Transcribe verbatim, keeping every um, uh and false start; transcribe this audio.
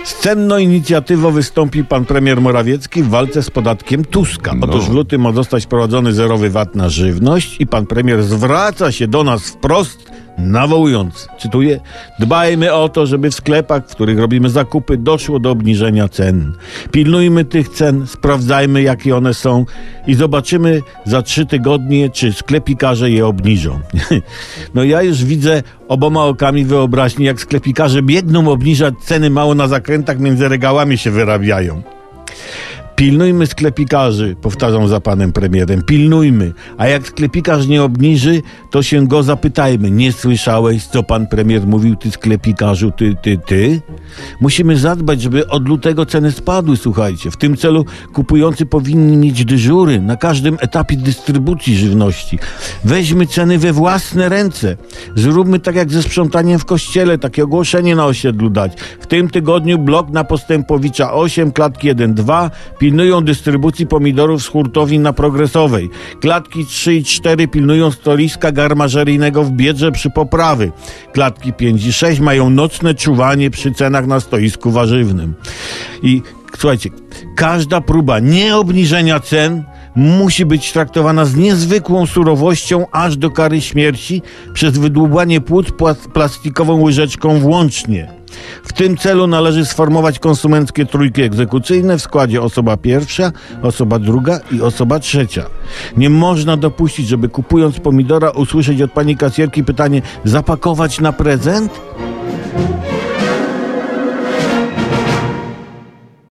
Z cenną inicjatywą wystąpi pan premier Morawiecki w walce z podatkiem Tuska. No. Otóż w lutym ma zostać wprowadzony zerowy V A T na żywność i pan premier zwraca się do nas wprost, nawołując, cytuję: dbajmy o to, żeby w sklepach, w których robimy zakupy, doszło do obniżenia cen. Pilnujmy tych cen, sprawdzajmy, jakie one są i zobaczymy za trzy tygodnie, czy sklepikarze je obniżą. No ja już widzę oboma okami wyobraźni, jak sklepikarze biegną obniżać ceny, mało na zakrętach między regałami się wyrabiają. Pilnujmy sklepikarzy, powtarzam za panem premierem, pilnujmy. A jak sklepikarz nie obniży, to się go zapytajmy. Nie słyszałeś, co pan premier mówił, ty sklepikarzu, ty, ty, ty? Musimy zadbać, żeby od lutego ceny spadły, słuchajcie. W tym celu kupujący powinni mieć dyżury na każdym etapie dystrybucji żywności. Weźmy ceny we własne ręce. Zróbmy tak jak ze sprzątaniem w kościele, takie ogłoszenie na osiedlu dać. W tym tygodniu blok na Postępowicza osiem, klatki jeden dwa, pilnują dystrybucji pomidorów z hurtowni na Progresowej. Klatki trzy i cztery pilnują stoliska garmażeryjnego w Biedrze przy Poprawy. Klatki pięć i sześć mają nocne czuwanie przy cenach na stoisku warzywnym. I słuchajcie, każda próba nieobniżenia cen musi być traktowana z niezwykłą surowością, aż do kary śmierci przez wydłubanie płuc plas- plastikową łyżeczką włącznie. W tym celu należy sformować konsumenckie trójki egzekucyjne w składzie osoba pierwsza, osoba druga i osoba trzecia. Nie można dopuścić, żeby kupując pomidora usłyszeć od pani kasjerki pytanie: zapakować na prezent?